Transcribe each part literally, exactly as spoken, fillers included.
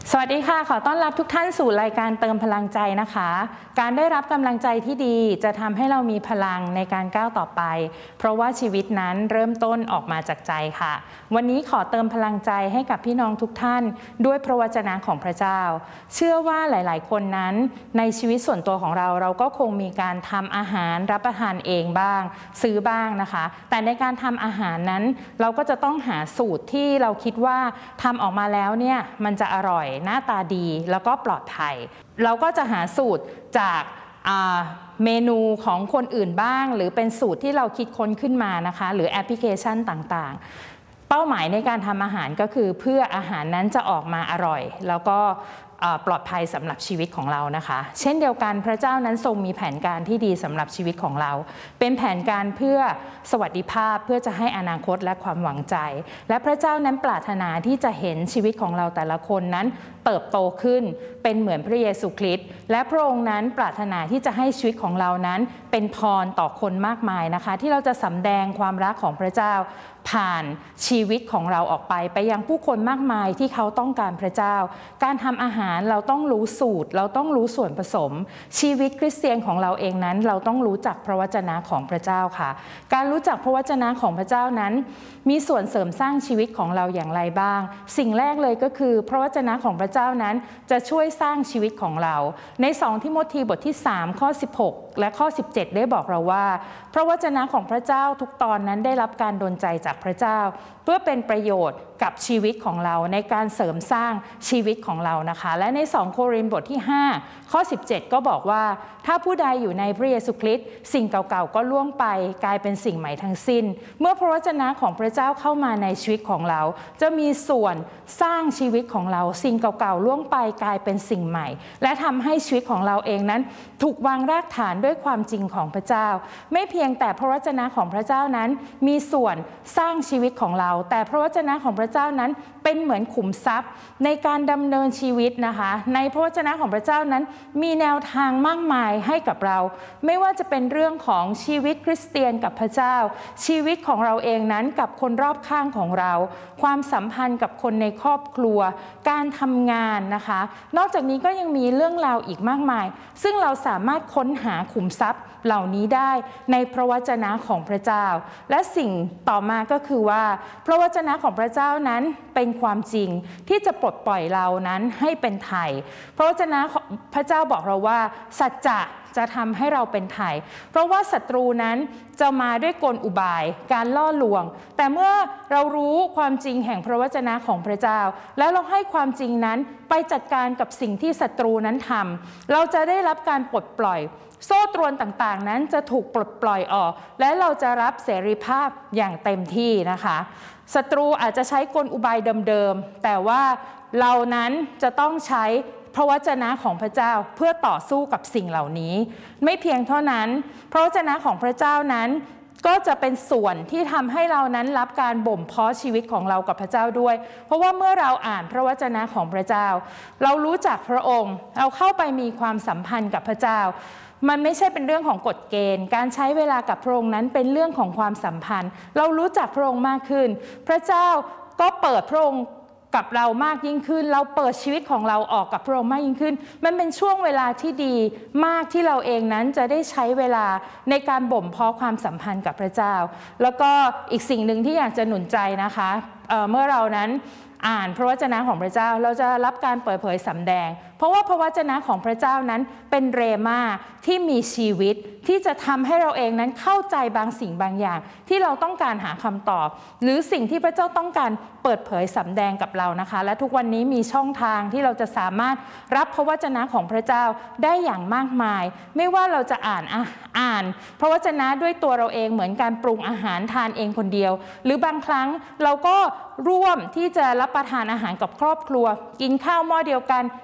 สวัสดีค่ะขอต้อนรับทุกท่านสู่รายการเติมพลังใจนะคะการได้รับกำลังใจที่ดีจะทำให้เรามีพลังในการก้าวต่อไปเพราะว่าชีวิตนั้นเริ่มต้นออกมาจากใจค่ะวันนี้ขอเติมพลังใจให้กับพี่น้องทุกท่านด้วยพระวจนะของพระเจ้าเชื่อว่าหลายๆคนนั้นในชีวิตส่วนตัวของเราเราก็คงมีการทำอาหารรับประทานเองบ้างซื้อบ้างนะคะแต่ในการทำอาหารนั้นเราก็จะต้องหาสูตรที่เราคิดว่าทำออกมาแล้วเนี่ยมันจะอร่อยหน้าตาดีแล้วก็ปลอดภัยเราก็จะหาสูตรจากเมนูของคนอื่นบ้างหรือเป็นสูตรที่เราคิดค้นขึ้นมานะคะหรือแอปพลิเคชันต่างๆเป้าหมายในการทำอาหารก็คือเพื่ออาหารนั้นจะออกมาอร่อยแล้วก็ปลอดภัยสำหรับชีวิตของเรานะคะเช่นเดียวกันพระเจ้านั้นทรงมีแผนการที่ดีสำหรับชีวิตของเราเป็นแผนการเพื่อสวัสดิภาพเพื่อจะให้อนาคตและความหวังใจและพระเจ้านั้นปรารถนาที่จะเห็นชีวิตของเราแต่ละคนนั้นเติบโตขึ้นเป็นเหมือนพระเยซูคริสต์และพระองค์นั้นปรารถนาที่จะให้ชีวิตของเรานั้นเป็นพรต่อคนมากมายนะคะที่เราจะสำแดงความรักของพระเจ้าผ่านชีวิตของเราออกไปไปยังผู้คนมากมายที่เขาต้องการพระเจ้าการทำอาหารเราต้องรู้สูตรเราต้องรู้ส่วนผสมชีวิตคริสเตียนของเราเองนั้นเราต้องรู้จักพระวจนะของพระเจ้าค่ะการรู้จักพระวจนะของพระเจ้านั้นมีส่วนเสริมสร้างชีวิตของเราอย่างไรบ้างสิ่งแรกเลยก็คือพระวจนะของพระเจ้านั้นจะช่วยสร้างชีวิตของเราในสองทิโมธีบทที่สามข้อสิบหกและข้อสิบเจ็ดได้บอกเราว่าพระวจนะของพระเจ้าทุกตอนนั้นได้รับการดลใจจากพระเจ้าเพื่อเป็นประโยชน์กับชีวิตของเราในการเสริมสร้างชีวิตของเรานะคะและในสองโครินธ์บทที่ห้าข้อสิบเจ็ดก็บอกว่าถ้าผู้ใดอยู่ในพระเยซูคริสต์สิ่งเก่าๆก็ล่วงไปกลายเป็นสิ่งใหม่ทั้งสิ้นเมื่อพระวจนะของพระเจ้าเข้ามาในชีวิตของเราจะมีส่วนสร้างชีวิตของเราสิ่งเก่าๆล่วงไปกลายเป็นสิ่งใหม่และทำให้ชีวิตของเราเองนั้นถูกวางรากฐานด้วยความจริงของพระเจ้าไม่เพียงแต่พระวจนะของพระเจ้านั้นมีส่วนสร้างชีวิตของเราแต่พระวจนะของพระเจ้านั้นเป็นเหมือนขุมทรัพย์ในการดำเนินชีวิตนะคะในพระวจนะของพระเจ้านั้นมีแนวทางมากมายให้กับเราไม่ว่าจะเป็นเรื่องของชีวิตคริสเตียนกับพระเจ้าชีวิตของเราเองนั้นกับคนรอบข้างของเราความสัมพันธ์กับคนในครอบครัวการทำงานนะคะนอกจากนี้ก็ยังมีเรื่องราวอีกมากมายซึ่งเราสามารถค้นหาขุมทรัพย์เหล่านี้ได้ในพระวจนะของพระเจ้าและสิ่งต่อมาก็คือว่าพระวจนะของพระเจ้านั้นเป็นความจริงที่จะปลดปล่อยเรานั้นให้เป็นไถ่พระวจนะของพระเจ้าบอกเราว่าสัจจะจะทำให้เราเป็นไถ่เพราะว่าศัตรูนั้นจะมาด้วยกลอุบายการล่อลวงแต่เมื่อเรารู้ความจริงแห่งพระวจนะของพระเจ้าแล้วเราให้ความจริงนั้นไปจัดการกับสิ่งที่ศัตรูนั้นทำเราจะได้รับการปลดปล่อยโซ่ตรวนต่างๆนั้นจะถูกปลดปล่อยออกและเราจะรับเสรีภาพอย่างเต็มที่นะคะศัตรูอาจจะใช้กลอุบายเดิมๆแต่ว่าเรานั้นจะต้องใช้พระวจนะของพระเจ้าเพื่อต่อสู้กับสิ่งเหล่านี้ไม่เพียงเท่านั้นพระวจนะของพระเจ้านั้นก็จะเป็นส่วนที่ทำให้เรานั้นรับการบ่มเพาะชีวิตของเรากับพระเจ้าด้วยเพราะว่าเมื่อเราอ่านพระวจนะของพระเจ้าเรารู้จักพระองค์เราเข้าไปมีความสัมพันธ์กับพระเจ้ามันไม่ใช่เป็นเรื่องของกฎเกณฑ์การใช้เวลากับพระองค์นั้นเป็นเรื่องของความสัมพันธ์เรารู้จักพระองค์มากขึ้นพระเจ้าก็เปิดพระองค์กับเรามากยิ่งขึ้นเราเปิดชีวิตของเราออกกับพระองค์มากยิ่งขึ้นมันเป็นช่วงเวลาที่ดีมากที่เราเองนั้นจะได้ใช้เวลาในการบ่มเพาะความสัมพันธ์กับพระเจ้าแล้วก็อีกสิ่งหนึ่งที่อยากจะหนุนใจนะคะ เอ่อ เมื่อเรานั้นอ่านพระวจนะของพระเจ้าเราจะรับการเปิดเผยสำแดงเพราะว่าพระวจนะของพระเจ้านั้นเป็นเรมาที่มีชีวิตที่จะทำให้เราเองนั้นเข้าใจบางสิ่งบางอย่างที่เราต้องการหาคำตอบหรือสิ่งที่พระเจ้าต้องการเปิดเผยสำแดงกับเรานะคะและทุกวันนี้มีช่องทางที่เราจะสามารถรับพระวจนะของพระเจ้าได้อย่างมากมายไม่ว่าเราจะอ่านอ่านพระวจนะด้วยตัวเราเองเหมือนการปรุงอาหารทานเองคนเดียวหรือบางครั้งเราก็ร่วมที่จะรับประทานอาหารกับครอบครัวกินข้าวหม้อเดียวกันกินแก้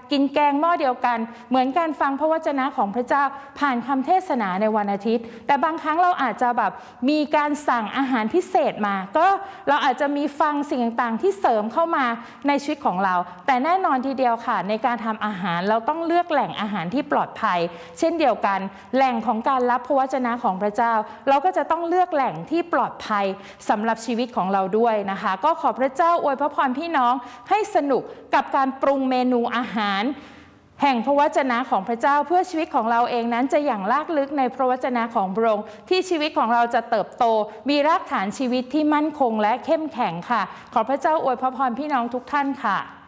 งหม้อเดียวกันเหมือนการฟังพระวจนะของพระเจ้าผ่านคำเทศนาในวันอาทิตย์แต่บางครั้งเราอาจจะแบบมีการสั่งอาหารพิเศษมาก็เราอาจจะมีฟังสิ่งต่างๆที่เสริมเข้ามาในชีวิตของเราแต่แน่นอนทีเดียวค่ะในการทำอาหารเราต้องเลือกแหล่งอาหารที่ปลอดภัยเช่นเดียวกันแหล่งของการรับพระวจนะของพระเจ้าเราก็จะต้องเลือกแหล่งที่ปลอดภัยสำหรับชีวิตของเราด้วยนะคะก็ขอพระเจ้าอวยพระพรพี่น้องให้สนุกกับการปรุงเมนูอาหารแห่งพระวจนะของพระเจ้าเพื่อชีวิตของเราเองนั้นจะอย่างลากลึกในพระวจนะของพระองค์ที่ชีวิตของเราจะเติบโตมีรากฐานชีวิตที่มั่นคงและเข้มแข็งค่ะขอพระเจ้าอวยพระพรพี่น้องทุกท่านค่ะ